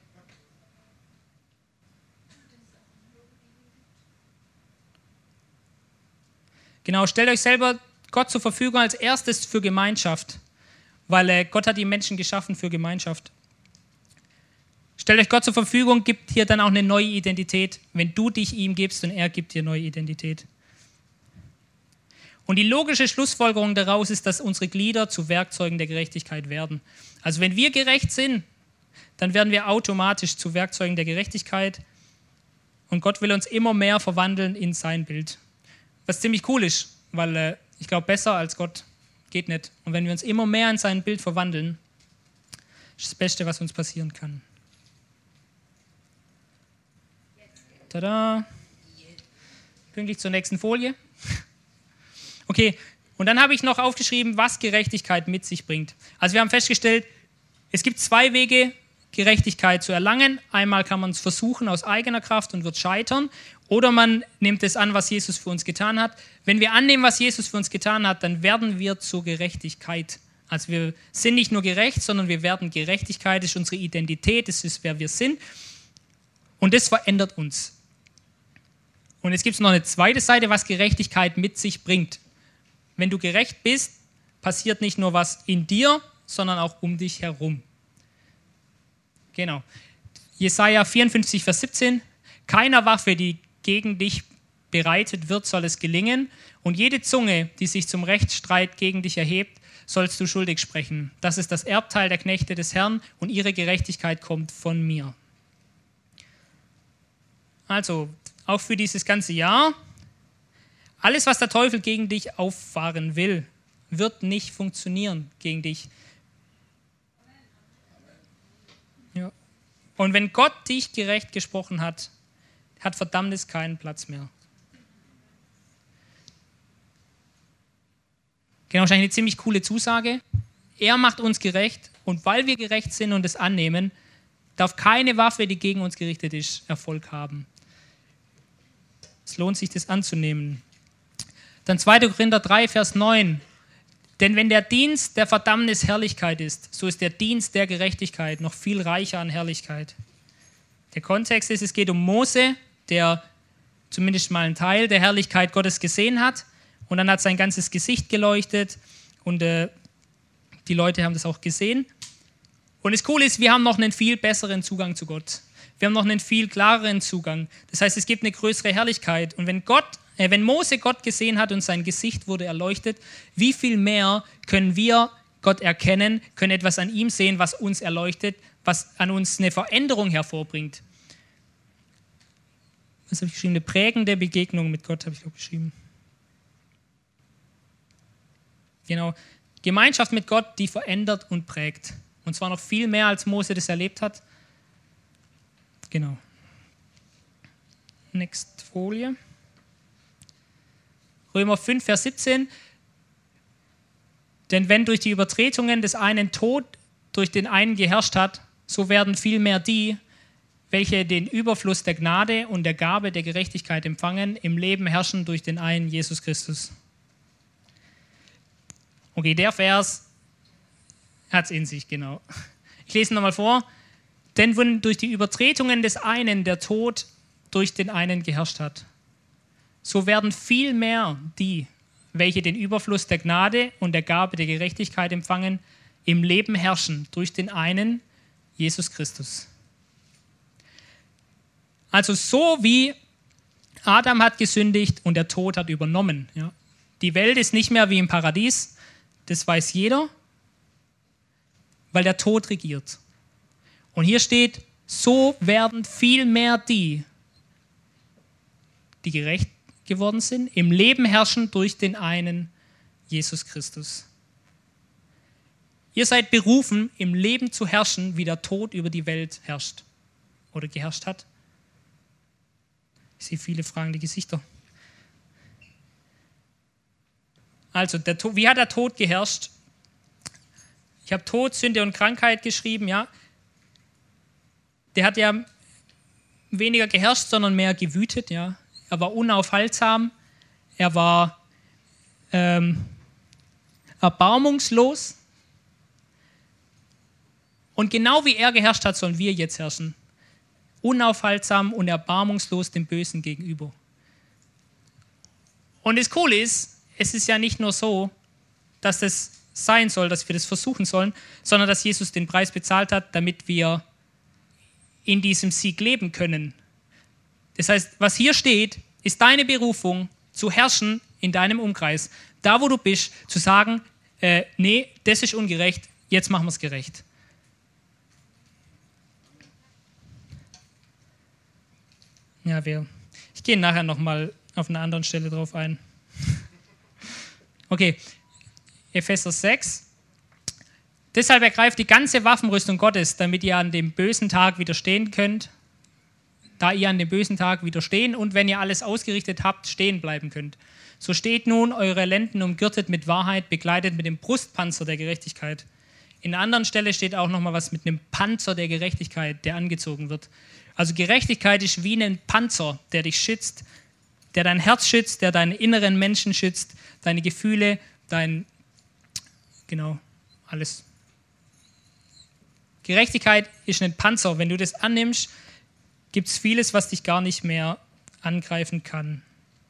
Speaker 2: Genau, stellt euch selber Gott zur Verfügung als erstes für Gemeinschaft, weil äh, Gott hat die Menschen geschaffen für Gemeinschaft. Stellt euch Gott zur Verfügung, gibt hier dann auch eine neue Identität, wenn du dich ihm gibst und er gibt dir neue Identität. Und die logische Schlussfolgerung daraus ist, dass unsere Glieder zu Werkzeugen der Gerechtigkeit werden. Also wenn wir gerecht sind, dann werden wir automatisch zu Werkzeugen der Gerechtigkeit und Gott will uns immer mehr verwandeln in sein Bild. Was ziemlich cool ist, weil äh, ich glaube, besser als Gott geht nicht. Und wenn wir uns immer mehr in sein Bild verwandeln, ist das Beste, was uns passieren kann. Tada! Pünktlich zur nächsten Folie. Okay, und dann habe ich noch aufgeschrieben, was Gerechtigkeit mit sich bringt. Also wir haben festgestellt, es gibt zwei Wege, Gerechtigkeit zu erlangen. Einmal kann man es versuchen aus eigener Kraft und wird scheitern. Oder man nimmt es an, was Jesus für uns getan hat. Wenn wir annehmen, was Jesus für uns getan hat, dann werden wir zur Gerechtigkeit. Also wir sind nicht nur gerecht, sondern wir werden Gerechtigkeit. Das ist unsere Identität, das ist, wer wir sind. Und das verändert uns. Und jetzt gibt es noch eine zweite Seite, was Gerechtigkeit mit sich bringt. Wenn du gerecht bist, passiert nicht nur was in dir, sondern auch um dich herum. Genau. Jesaja vierundfünfzig, Vers siebzehn. Keiner Waffe, die gegen dich bereitet wird, soll es gelingen. Und jede Zunge, die sich zum Rechtsstreit gegen dich erhebt, sollst du schuldig sprechen. Das ist das Erbteil der Knechte des Herrn und ihre Gerechtigkeit kommt von mir. Also, auch für dieses ganze Jahr, alles, was der Teufel gegen dich auffahren will, wird nicht funktionieren gegen dich. Ja. Und wenn Gott dich gerecht gesprochen hat, hat Verdammnis keinen Platz mehr. Genau, wahrscheinlich eine ziemlich coole Zusage. Er macht uns gerecht und weil wir gerecht sind und es annehmen, darf keine Waffe, die gegen uns gerichtet ist, Erfolg haben. Es lohnt sich, das anzunehmen. Dann zweiter Korinther drei, Vers neun. Denn wenn der Dienst der Verdammnis Herrlichkeit ist, so ist der Dienst der Gerechtigkeit noch viel reicher an Herrlichkeit. Der Kontext ist, es geht um Mose, der zumindest mal einen Teil der Herrlichkeit Gottes gesehen hat. Und dann hat sein ganzes Gesicht geleuchtet und äh, die Leute haben das auch gesehen. Und das Coole ist, wir haben noch einen viel besseren Zugang zu Gott. Wir haben noch einen viel klareren Zugang. Das heißt, es gibt eine größere Herrlichkeit. Und wenn Gott, äh, wenn Mose Gott gesehen hat und sein Gesicht wurde erleuchtet, wie viel mehr können wir Gott erkennen, können etwas an ihm sehen, was uns erleuchtet, was an uns eine Veränderung hervorbringt. Was habe ich geschrieben? Eine prägende Begegnung mit Gott habe ich auch geschrieben. Genau. Gemeinschaft mit Gott, die verändert und prägt. Und zwar noch viel mehr, als Mose das erlebt hat. Genau. Next Folie. Römer fünf, Vers siebzehn. Denn wenn durch die Übertretungen des einen Tod durch den einen geherrscht hat, so werden vielmehr die, welche den Überfluss der Gnade und der Gabe der Gerechtigkeit empfangen, im Leben herrschen durch den einen Jesus Christus. Okay, der Vers hat es in sich, genau. Ich lese ihn nochmal vor. Denn wenn durch die Übertretungen des einen der Tod durch den einen geherrscht hat, so werden viel mehr die, welche den Überfluss der Gnade und der Gabe der Gerechtigkeit empfangen, im Leben herrschen durch den einen, Jesus Christus. Also so wie Adam hat gesündigt und der Tod hat übernommen. Ja. Die Welt ist nicht mehr wie im Paradies, das weiß jeder, weil der Tod regiert. Und hier steht, so werden viel mehr die, die gerecht geworden sind, im Leben herrschen durch den einen, Jesus Christus. Ihr seid berufen, im Leben zu herrschen, wie der Tod über die Welt herrscht oder geherrscht hat. Ich sehe viele fragende Gesichter. Also, der Tod, wie hat der Tod geherrscht? Ich habe Tod, Sünde und Krankheit geschrieben, ja. Der hat ja weniger geherrscht, sondern mehr gewütet, ja. Er war unaufhaltsam, er war ähm, erbarmungslos. Und genau wie er geherrscht hat, sollen wir jetzt herrschen. Unaufhaltsam und erbarmungslos dem Bösen gegenüber. Und das Coole ist, es ist ja nicht nur so, dass das sein soll, dass wir das versuchen sollen, sondern dass Jesus den Preis bezahlt hat, damit wir in diesem Sieg leben können. Das heißt, was hier steht, ist deine Berufung, zu herrschen in deinem Umkreis. Da, wo du bist, zu sagen, äh, nee, das ist ungerecht, jetzt machen wir es gerecht. Ja, wir, ich gehe nachher nochmal auf einer anderen Stelle drauf ein. Okay, Epheser sechs. Deshalb ergreift die ganze Waffenrüstung Gottes, damit ihr an dem bösen Tag widerstehen könnt, da ihr an dem bösen Tag widerstehen und wenn ihr alles ausgerichtet habt, stehen bleiben könnt. So steht nun eure Lenden umgürtet mit Wahrheit, begleitet mit dem Brustpanzer der Gerechtigkeit. In einer anderen Stelle steht auch nochmal was mit einem Panzer der Gerechtigkeit, der angezogen wird. Also Gerechtigkeit ist wie ein Panzer, der dich schützt, der dein Herz schützt, der deinen inneren Menschen schützt, deine Gefühle, dein, genau, alles. Gerechtigkeit ist ein Panzer. Wenn du das annimmst, gibt es vieles, was dich gar nicht mehr angreifen kann.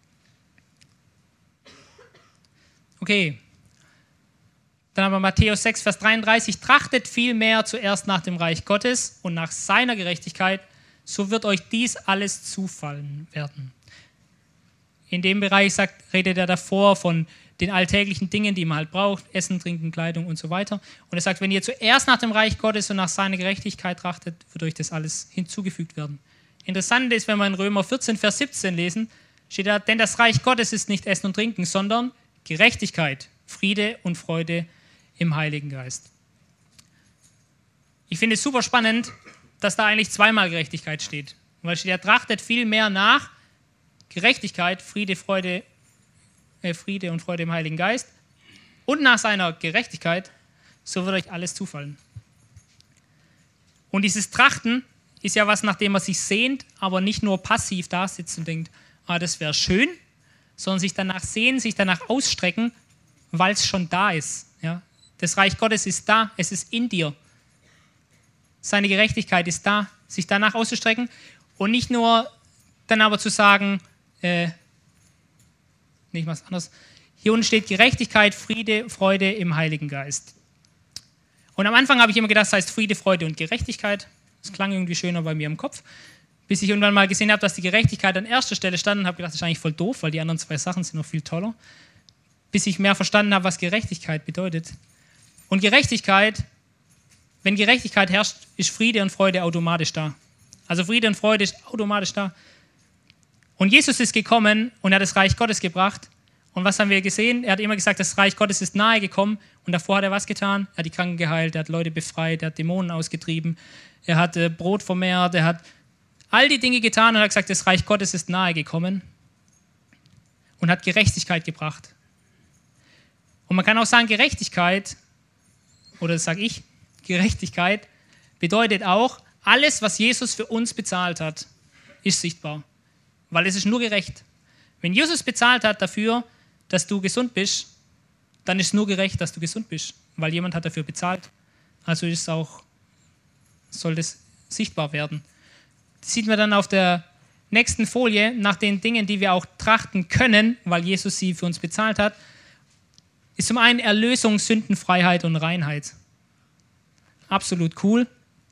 Speaker 2: Okay. Dann haben wir Matthäus sechs, Vers dreiunddreißig. Trachtet vielmehr zuerst nach dem Reich Gottes und nach seiner Gerechtigkeit, so wird euch dies alles zufallen werden. In dem Bereich sagt, redet er davor von den alltäglichen Dingen, die man halt braucht, Essen, Trinken, Kleidung und so weiter. Und er sagt, wenn ihr zuerst nach dem Reich Gottes und nach seiner Gerechtigkeit trachtet, wird euch das alles hinzugefügt werden. Interessant ist, wenn wir in Römer vierzehn, Vers siebzehn lesen, steht da, denn das Reich Gottes ist nicht Essen und Trinken, sondern Gerechtigkeit, Friede und Freude im Heiligen Geist. Ich finde es super spannend, dass da eigentlich zweimal Gerechtigkeit steht. Weil steht, er trachtet viel mehr nach Gerechtigkeit, Friede, Freude, äh, Friede und Freude im Heiligen Geist und nach seiner Gerechtigkeit, so wird euch alles zufallen. Und dieses Trachten ist ja was, nach dem man sich sehnt, aber nicht nur passiv da sitzt und denkt, ah, das wäre schön, sondern sich danach sehnen, sich danach ausstrecken, weil es schon da ist. Ja? Das Reich Gottes ist da, es ist in dir. Seine Gerechtigkeit ist da, sich danach auszustrecken und nicht nur dann aber zu sagen, äh, nicht was anderes. Hier unten steht Gerechtigkeit, Friede, Freude im Heiligen Geist. Und am Anfang habe ich immer gedacht, das heißt Friede, Freude und Gerechtigkeit. Das klang irgendwie schöner bei mir im Kopf. Bis ich irgendwann mal gesehen habe, dass die Gerechtigkeit an erster Stelle stand und habe gedacht, das ist eigentlich voll doof, weil die anderen zwei Sachen sind noch viel toller. Bis ich mehr verstanden habe, was Gerechtigkeit bedeutet. Und Gerechtigkeit, wenn Gerechtigkeit herrscht, ist Friede und Freude automatisch da. Also Friede und Freude ist automatisch da. Und Jesus ist gekommen und er hat das Reich Gottes gebracht. Und was haben wir gesehen? Er hat immer gesagt, das Reich Gottes ist nahe gekommen. Und davor hat er was getan? Er hat die Kranken geheilt, er hat Leute befreit, er hat Dämonen ausgetrieben, er hat äh, Brot vermehrt, er hat all die Dinge getan und hat gesagt, das Reich Gottes ist nahe gekommen und hat Gerechtigkeit gebracht. Und man kann auch sagen, Gerechtigkeit, oder das sage ich, Gerechtigkeit bedeutet auch, alles, was Jesus für uns bezahlt hat, ist sichtbar. Weil es ist nur gerecht. Wenn Jesus bezahlt hat dafür, dass du gesund bist, dann ist es nur gerecht, dass du gesund bist. Weil jemand hat dafür bezahlt. Also ist auch, soll das sichtbar werden. Das sieht man dann auf der nächsten Folie, nach den Dingen, die wir auch trachten können, weil Jesus sie für uns bezahlt hat, ist zum einen Erlösung, Sündenfreiheit und Reinheit. Absolut cool.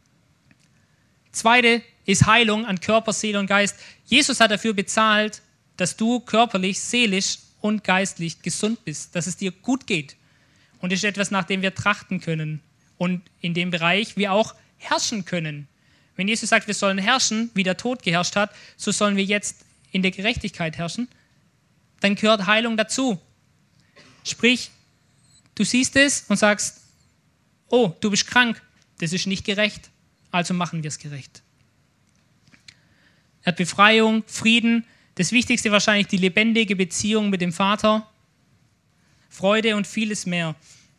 Speaker 2: Zweite ist Heilung an Körper, Seele und Geist. Jesus hat dafür bezahlt, dass du körperlich, seelisch und geistlich gesund bist, dass es dir gut geht. Und das ist etwas, nach dem wir trachten können und in dem Bereich wir auch herrschen können. Wenn Jesus sagt, wir sollen herrschen, wie der Tod geherrscht hat, so sollen wir jetzt in der Gerechtigkeit herrschen, dann gehört Heilung dazu. Sprich, du siehst es und sagst, oh, du bist krank, das ist nicht gerecht, also machen wir es gerecht. Er hat Befreiung, Frieden, das Wichtigste wahrscheinlich die lebendige Beziehung mit dem Vater, Freude und vieles mehr.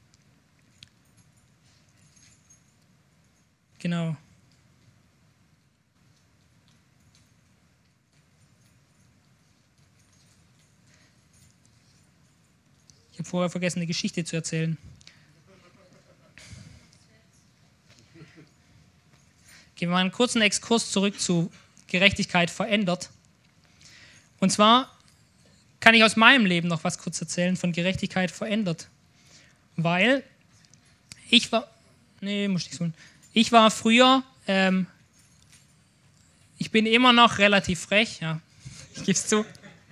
Speaker 2: Genau. Ich habe vorher vergessen, eine Geschichte zu erzählen. Gehen wir mal einen kurzen Exkurs zurück zu Gerechtigkeit verändert. Und zwar kann ich aus meinem Leben noch was kurz erzählen von Gerechtigkeit verändert. Weil ich war, nee, muss ich nicht so. Ich war früher, ähm, ich bin immer noch relativ frech, ja, ich gebe es zu.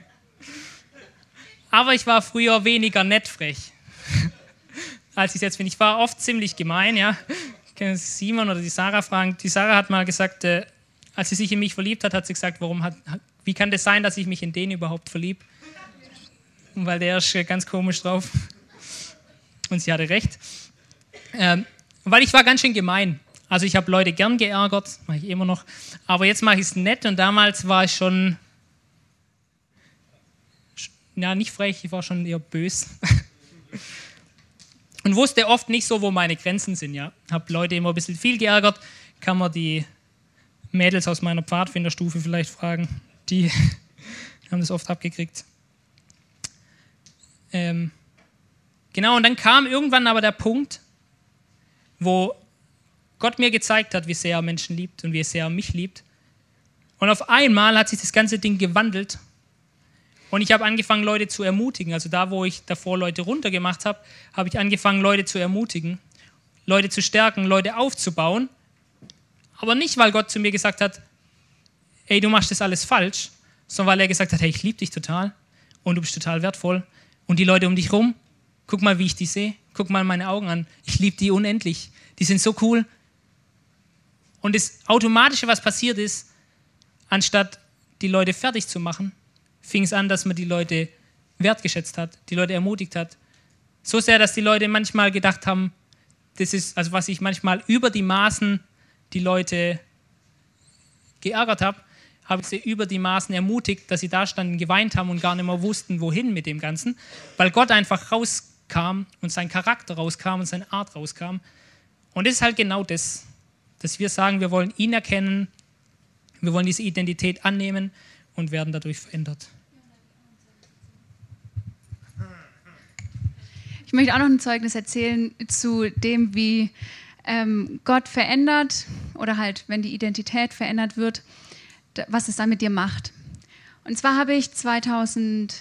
Speaker 2: Aber ich war früher weniger nett frech, als ich jetzt bin. Ich war oft ziemlich gemein, ja. Ich kann Simon oder die Sarah fragen. Die Sarah hat mal gesagt, äh, als sie sich in mich verliebt hat, hat sie gesagt, warum hat, wie kann das sein, dass ich mich in den überhaupt verliebe? Weil der ist ganz komisch drauf. Und sie hatte recht. Ähm, weil ich war ganz schön gemein. Also ich habe Leute gern geärgert, mache ich immer noch. Aber jetzt mache ich es nett und damals war ich schon... Ja, nicht frech, ich war schon eher bös. Und wusste oft nicht so, wo meine Grenzen sind. Ja. Habe Leute immer ein bisschen viel geärgert. Kann man die Mädels aus meiner Pfadfinderstufe vielleicht fragen. Die haben das oft abgekriegt. Ähm, genau, und dann kam irgendwann aber der Punkt, wo Gott mir gezeigt hat, wie sehr er Menschen liebt und wie sehr er mich liebt. Und auf einmal hat sich das ganze Ding gewandelt. Und ich habe angefangen, Leute zu ermutigen. Also da, wo ich davor Leute runtergemacht habe, habe ich angefangen, Leute zu ermutigen, Leute zu stärken, Leute aufzubauen. Aber nicht, weil Gott zu mir gesagt hat, ey, du machst das alles falsch, sondern weil er gesagt hat, hey, ich liebe dich total und du bist total wertvoll. Und die Leute um dich rum, guck mal, wie ich die sehe, guck mal meine Augen an. Ich liebe die unendlich. Die sind so cool. Und das Automatische, was passiert ist, anstatt die Leute fertig zu machen, fing es an, dass man die Leute wertgeschätzt hat, die Leute ermutigt hat. So sehr, dass die Leute manchmal gedacht haben, das ist, also was ich manchmal über die Maßen die Leute geärgert habe, habe ich sie über die Maßen ermutigt, dass sie da standen, geweint haben und gar nicht mehr wussten, wohin mit dem Ganzen, weil Gott einfach rauskam und sein Charakter rauskam und seine Art rauskam. Und das ist halt genau das, dass wir sagen, wir wollen ihn erkennen, wir wollen diese Identität annehmen und werden dadurch verändert.
Speaker 3: Ich möchte auch noch ein Zeugnis erzählen zu dem, wie ähm, Gott verändert oder halt, wenn die Identität verändert wird, was es dann mit dir macht. Und zwar habe ich zweitausendelf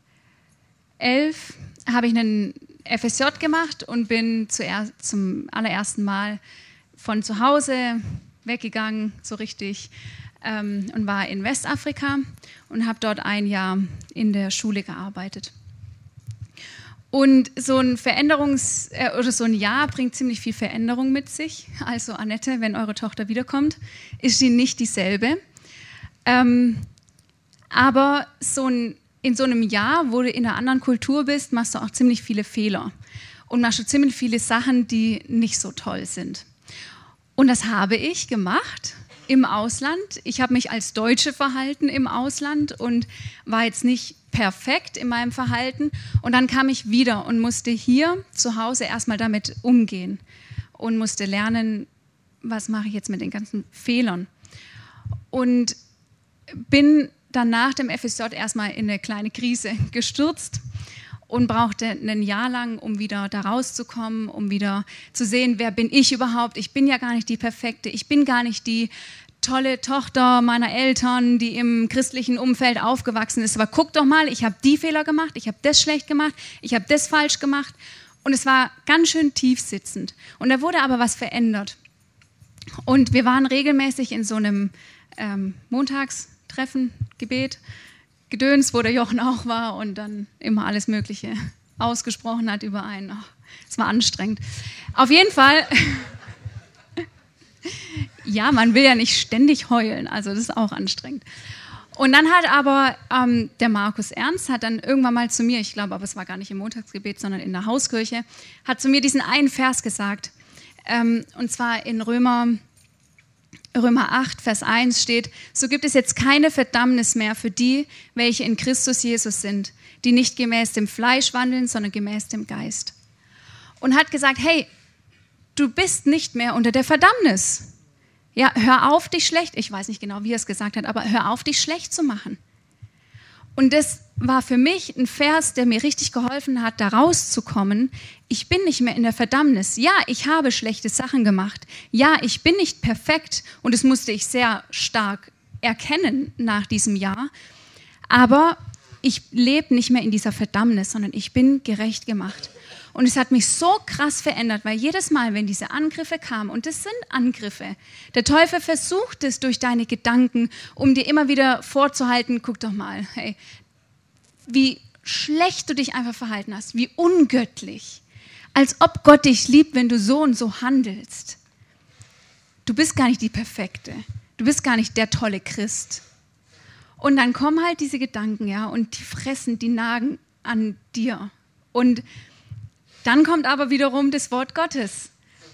Speaker 3: habe ich einen F S J gemacht und bin zuerst, zum allerersten Mal von zu Hause weggegangen, so richtig, ähm, und war in Westafrika und habe dort ein Jahr in der Schule gearbeitet. Und so ein Veränderungs- äh, oder so ein Jahr bringt ziemlich viel Veränderung mit sich. Also Annette, wenn eure Tochter wiederkommt, ist sie nicht dieselbe. Ähm, aber so ein, in so einem Jahr, wo du in einer anderen Kultur bist, machst du auch ziemlich viele Fehler. Und machst du ziemlich viele Sachen, die nicht so toll sind. Und das habe ich gemacht im Ausland. Ich habe mich als Deutsche verhalten im Ausland und war jetzt nicht perfekt in meinem Verhalten. Und dann kam ich wieder und musste hier zu Hause erstmal damit umgehen und musste lernen, was mache ich jetzt mit den ganzen Fehlern. Und bin dann nach dem F S J erstmal in eine kleine Krise gestürzt und brauchte ein Jahr lang, um wieder da rauszukommen, um wieder zu sehen, wer bin ich überhaupt? Ich bin ja gar nicht die Perfekte, ich bin gar nicht die tolle Tochter meiner Eltern, die im christlichen Umfeld aufgewachsen ist. Aber guck doch mal, ich habe die Fehler gemacht, ich habe das schlecht gemacht, ich habe das falsch gemacht. Und es war ganz schön tief sitzend. Und da wurde aber was verändert. Und wir waren regelmäßig in so einem ähm, Montagstreffen, Gebet, Gedöns, wo der Jochen auch war und dann immer alles Mögliche ausgesprochen hat über einen. Oh, es war anstrengend. Auf jeden Fall, ja, man will ja nicht ständig heulen, also das ist auch anstrengend. Und dann hat aber ähm, der Markus Ernst hat dann irgendwann mal zu mir, ich glaube aber es war gar nicht im Montagsgebet, sondern in der Hauskirche, hat zu mir diesen einen Vers gesagt. Ähm, und zwar in Römer, Römer acht, Vers eins steht, so gibt es jetzt keine Verdammnis mehr für die, welche in Christus Jesus sind, die nicht gemäß dem Fleisch wandeln, sondern gemäß dem Geist. Und hat gesagt, hey, du bist nicht mehr unter der Verdammnis. Ja, hör auf, dich schlecht, ich weiß nicht genau, wie er es gesagt hat, aber hör auf, dich schlecht zu machen. Und das war für mich ein Vers, der mir richtig geholfen hat, da rauszukommen. Ich bin nicht mehr in der Verdammnis. Ja, ich habe schlechte Sachen gemacht. Ja, ich bin nicht perfekt und das musste ich sehr stark erkennen nach diesem Jahr. Aber ich lebe nicht mehr in dieser Verdammnis, sondern ich bin gerecht gemacht. Und es hat mich so krass verändert, weil jedes Mal, wenn diese Angriffe kamen, und das sind Angriffe, der Teufel versucht es durch deine Gedanken, um dir immer wieder vorzuhalten, guck doch mal, hey, wie schlecht du dich einfach verhalten hast, wie ungöttlich, als ob Gott dich liebt, wenn du so und so handelst. Du bist gar nicht die Perfekte, du bist gar nicht der tolle Christ. Und dann kommen halt diese Gedanken, ja, und die fressen, die nagen an dir. Und dann kommt aber wiederum das Wort Gottes.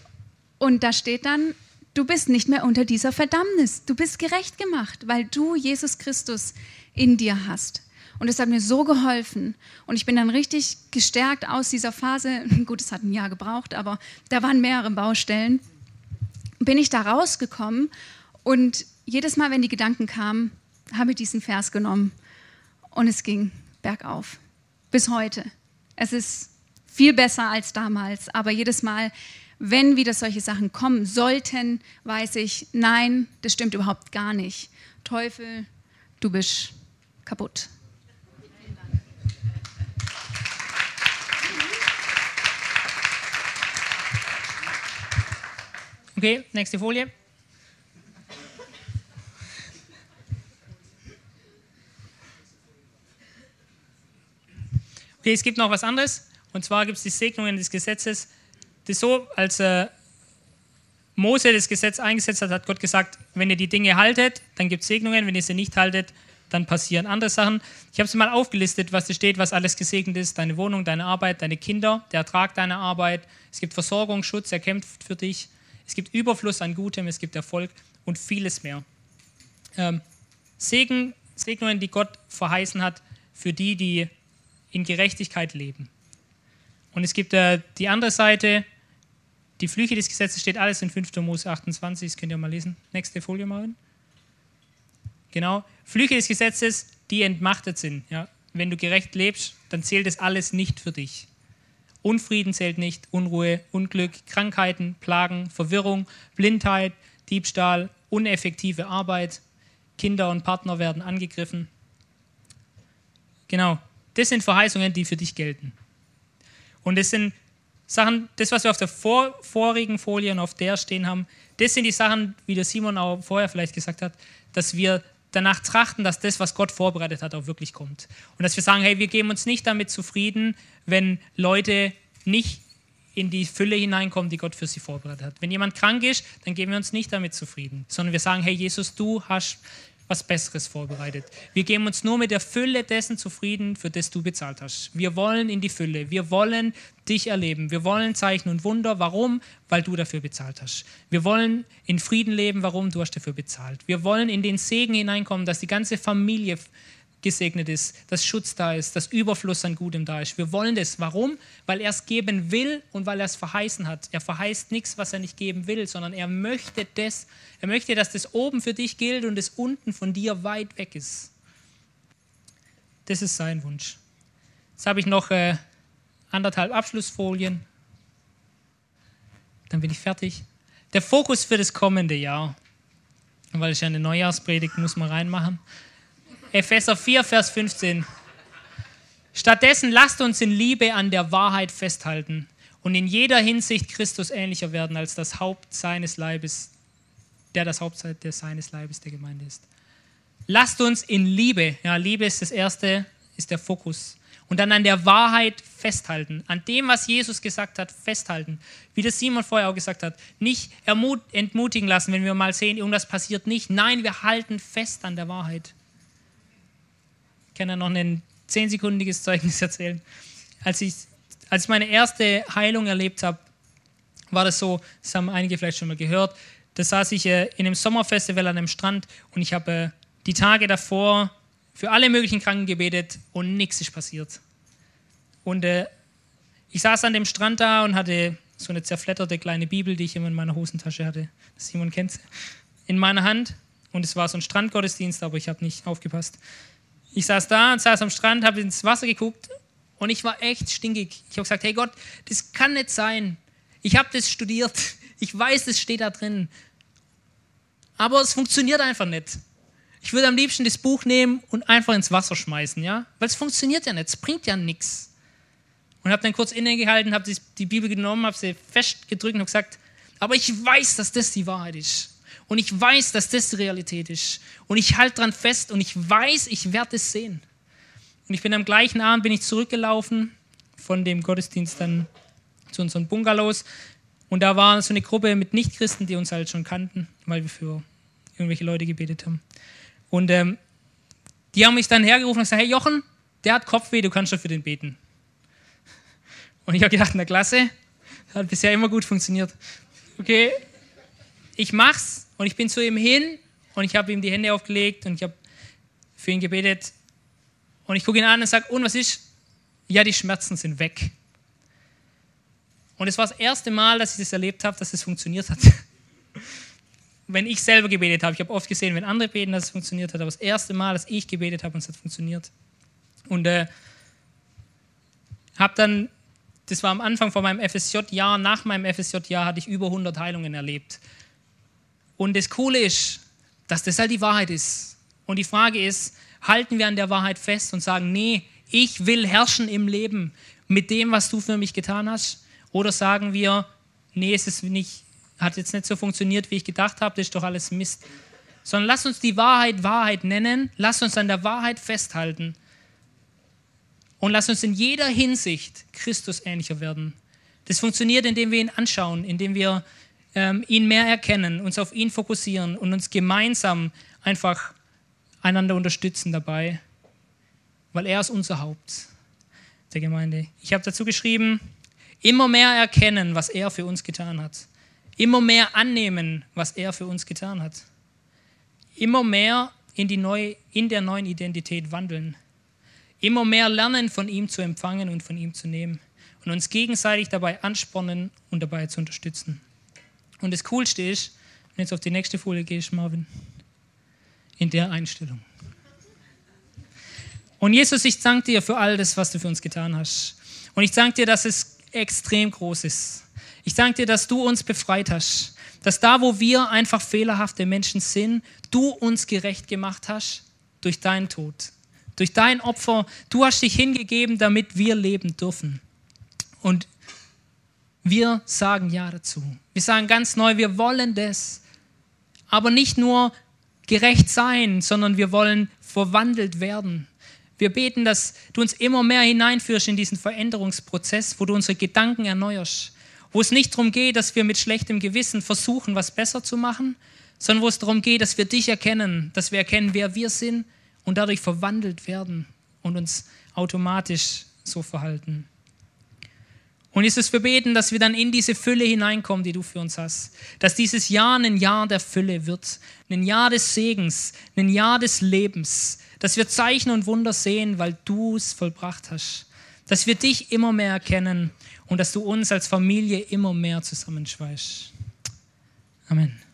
Speaker 3: Und da steht dann, du bist nicht mehr unter dieser Verdammnis. Du bist gerecht gemacht, weil du Jesus Christus in dir hast. Und das hat mir so geholfen. Und ich bin dann richtig gestärkt aus dieser Phase. Gut, es hat ein Jahr gebraucht, aber da waren mehrere Baustellen. Bin ich da rausgekommen und jedes Mal, wenn die Gedanken kamen, habe ich diesen Vers genommen. Und es ging bergauf. Bis heute. Es ist viel besser als damals, aber jedes Mal, wenn wieder solche Sachen kommen sollten, weiß ich, nein, das stimmt überhaupt gar nicht. Teufel, du bist kaputt.
Speaker 2: Okay, nächste Folie. Okay, es gibt noch was anderes. Und zwar gibt es die Segnungen des Gesetzes. Das ist so, als äh, Mose das Gesetz eingesetzt hat, hat Gott gesagt, wenn ihr die Dinge haltet, dann gibt es Segnungen. Wenn ihr sie nicht haltet, dann passieren andere Sachen. Ich habe sie mal aufgelistet, was da steht, was alles gesegnet ist. Deine Wohnung, deine Arbeit, deine Kinder, der Ertrag deiner Arbeit. Es gibt Versorgung, Schutz, er kämpft für dich. Es gibt Überfluss an Gutem, es gibt Erfolg und vieles mehr. Ähm, Segen, Segnungen, die Gott verheißen hat für die, die in Gerechtigkeit leben. Und es gibt äh, die andere Seite, die Flüche des Gesetzes, steht alles in fünfter Mose achtundzwanzig, das könnt ihr mal lesen. Nächste Folie machen. Genau, Flüche des Gesetzes, die entmachtet sind. Ja. Wenn du gerecht lebst, dann zählt das alles nicht für dich. Unfrieden zählt nicht, Unruhe, Unglück, Krankheiten, Plagen, Verwirrung, Blindheit, Diebstahl, uneffektive Arbeit, Kinder und Partner werden angegriffen. Genau, das sind Verheißungen, die für dich gelten. Und das sind Sachen, das, was wir auf der vor, vorigen Folie und auf der stehen haben, das sind die Sachen, wie der Simon auch vorher vielleicht gesagt hat, dass wir danach trachten, dass das, was Gott vorbereitet hat, auch wirklich kommt. Und dass wir sagen, hey, wir geben uns nicht damit zufrieden, wenn Leute nicht in die Fülle hineinkommen, die Gott für sie vorbereitet hat. Wenn jemand krank ist, dann geben wir uns nicht damit zufrieden, sondern wir sagen, hey Jesus, du hast was Besseres vorbereitet. Wir geben uns nur mit der Fülle dessen zufrieden, für das du bezahlt hast. Wir wollen in die Fülle. Wir wollen dich erleben. Wir wollen Zeichen und Wunder. Warum? Weil du dafür bezahlt hast. Wir wollen in Frieden leben. Warum? Du hast dafür bezahlt. Wir wollen in den Segen hineinkommen, dass die ganze Familie gesegnet ist, dass Schutz da ist, dass Überfluss an Gutem da ist. Wir wollen das. Warum? Weil er es geben will und weil er es verheißen hat. Er verheißt nichts, was er nicht geben will, sondern er möchte das, er möchte, dass das oben für dich gilt und das unten von dir weit weg ist. Das ist sein Wunsch. Jetzt habe ich noch äh, anderthalb Abschlussfolien. Dann bin ich fertig. Der Fokus für das kommende Jahr. weil es ja eine Neujahrspredigt, muss man reinmachen. Epheser vier, Vers fünfzehn. Stattdessen lasst uns in Liebe an der Wahrheit festhalten und in jeder Hinsicht Christus ähnlicher werden als das Haupt seines Leibes, der das Haupt seines Leibes der Gemeinde ist. Lasst uns in Liebe, ja, Liebe ist das Erste, ist der Fokus. Und dann an der Wahrheit festhalten, an dem, was Jesus gesagt hat, festhalten. Wie das Simon vorher auch gesagt hat, nicht ermut- entmutigen lassen, wenn wir mal sehen, irgendwas passiert nicht. Nein, wir halten fest an der Wahrheit. Ich kann ja noch ein zehnsekündiges Zeugnis erzählen. Als ich, als ich meine erste Heilung erlebt habe, war das so, das haben einige vielleicht schon mal gehört, da saß ich äh, in einem Sommerfestival an einem Strand und ich habe äh, die Tage davor für alle möglichen Kranken gebetet und nichts ist passiert. Und äh, ich saß an dem Strand da und hatte so eine zerfledderte kleine Bibel, die ich immer in meiner Hosentasche hatte, Simon kennt sie, in meiner Hand. Und es war so ein Strandgottesdienst, aber ich habe nicht aufgepasst. Ich saß da und saß am Strand, habe ins Wasser geguckt und ich war echt stinkig. Ich habe gesagt, hey Gott, das kann nicht sein. Ich habe das studiert. Ich weiß, das steht da drin. Aber es funktioniert einfach nicht. Ich würde am liebsten das Buch nehmen und einfach ins Wasser schmeißen, ja? Weil es funktioniert ja nicht, es bringt ja nichts. Und habe dann kurz innegehalten, habe die Bibel genommen, habe sie festgedrückt und habe gesagt, aber ich weiß, dass das die Wahrheit ist. Und ich weiß, dass das die Realität ist. Und ich halte dran fest und ich weiß, ich werde es sehen. Und ich bin am gleichen Abend bin ich zurückgelaufen von dem Gottesdienst dann zu unseren Bungalows. Und da war so eine Gruppe mit Nichtchristen, die uns halt schon kannten, weil wir für irgendwelche Leute gebetet haben. Und ähm, die haben mich dann hergerufen und gesagt, hey Jochen, der hat Kopfweh, du kannst schon für den beten. Und ich habe gedacht, na klasse, hat bisher immer gut funktioniert. Okay, ich mach's und ich bin zu ihm hin und ich habe ihm die Hände aufgelegt und ich habe für ihn gebetet. Und ich gucke ihn an und sage, und was ist? Ja, die Schmerzen sind weg. Und es war das erste Mal, dass ich das erlebt habe, dass es funktioniert hat. Wenn ich selber gebetet habe, ich habe oft gesehen, wenn andere beten, dass es funktioniert hat, aber das erste Mal, dass ich gebetet habe und es hat funktioniert. Und äh, habe dann, das war am Anfang von meinem F S J-Jahr, nach meinem F S J-Jahr hatte ich über hundert Heilungen erlebt. Und das Coole ist, dass das halt die Wahrheit ist. Und die Frage ist, halten wir an der Wahrheit fest und sagen, nee, ich will herrschen im Leben mit dem, was du für mich getan hast? Oder sagen wir, nee, es ist nicht, hat jetzt nicht so funktioniert, wie ich gedacht habe, das ist doch alles Mist. Sondern lass uns die Wahrheit Wahrheit nennen, lass uns an der Wahrheit festhalten und lass uns in jeder Hinsicht Christus ähnlicher werden. Das funktioniert, indem wir ihn anschauen, indem wir ähm, ihn mehr erkennen, uns auf ihn fokussieren und uns gemeinsam einfach einander unterstützen dabei, weil er ist unser Haupt der Gemeinde. Ich habe dazu geschrieben, immer mehr erkennen, was er für uns getan hat. Immer mehr annehmen, was er für uns getan hat. Immer mehr in, die neue, in der neuen Identität wandeln. Immer mehr lernen, von ihm zu empfangen und von ihm zu nehmen. Und uns gegenseitig dabei anspornen und dabei zu unterstützen. Und das Coolste ist, wenn jetzt auf die nächste Folie gehst, Marvin, in der Einstellung. Und Jesus, ich danke dir für all das, was du für uns getan hast. Und ich danke dir, dass es extrem groß ist. Ich danke dir, dass du uns befreit hast. Dass da, wo wir einfach fehlerhafte Menschen sind, du uns gerecht gemacht hast durch deinen Tod. Durch dein Opfer. Du hast dich hingegeben, damit wir leben dürfen. Und wir sagen Ja dazu. Wir sagen ganz neu, wir wollen das. Aber nicht nur gerecht sein, sondern wir wollen verwandelt werden. Wir beten, dass du uns immer mehr hineinführst in diesen Veränderungsprozess, wo du unsere Gedanken erneuerst. Wo es nicht darum geht, dass wir mit schlechtem Gewissen versuchen, was besser zu machen, sondern wo es darum geht, dass wir dich erkennen, dass wir erkennen, wer wir sind und dadurch verwandelt werden und uns automatisch so verhalten. Und Jesus, wir beten, dass wir dann in diese Fülle hineinkommen, die du für uns hast. Dass dieses Jahr ein Jahr der Fülle wird, ein Jahr des Segens, ein Jahr des Lebens. Dass wir Zeichen und Wunder sehen, weil du es vollbracht hast. Dass wir dich immer mehr erkennen und dass du uns als Familie immer mehr zusammenschweißt. Amen.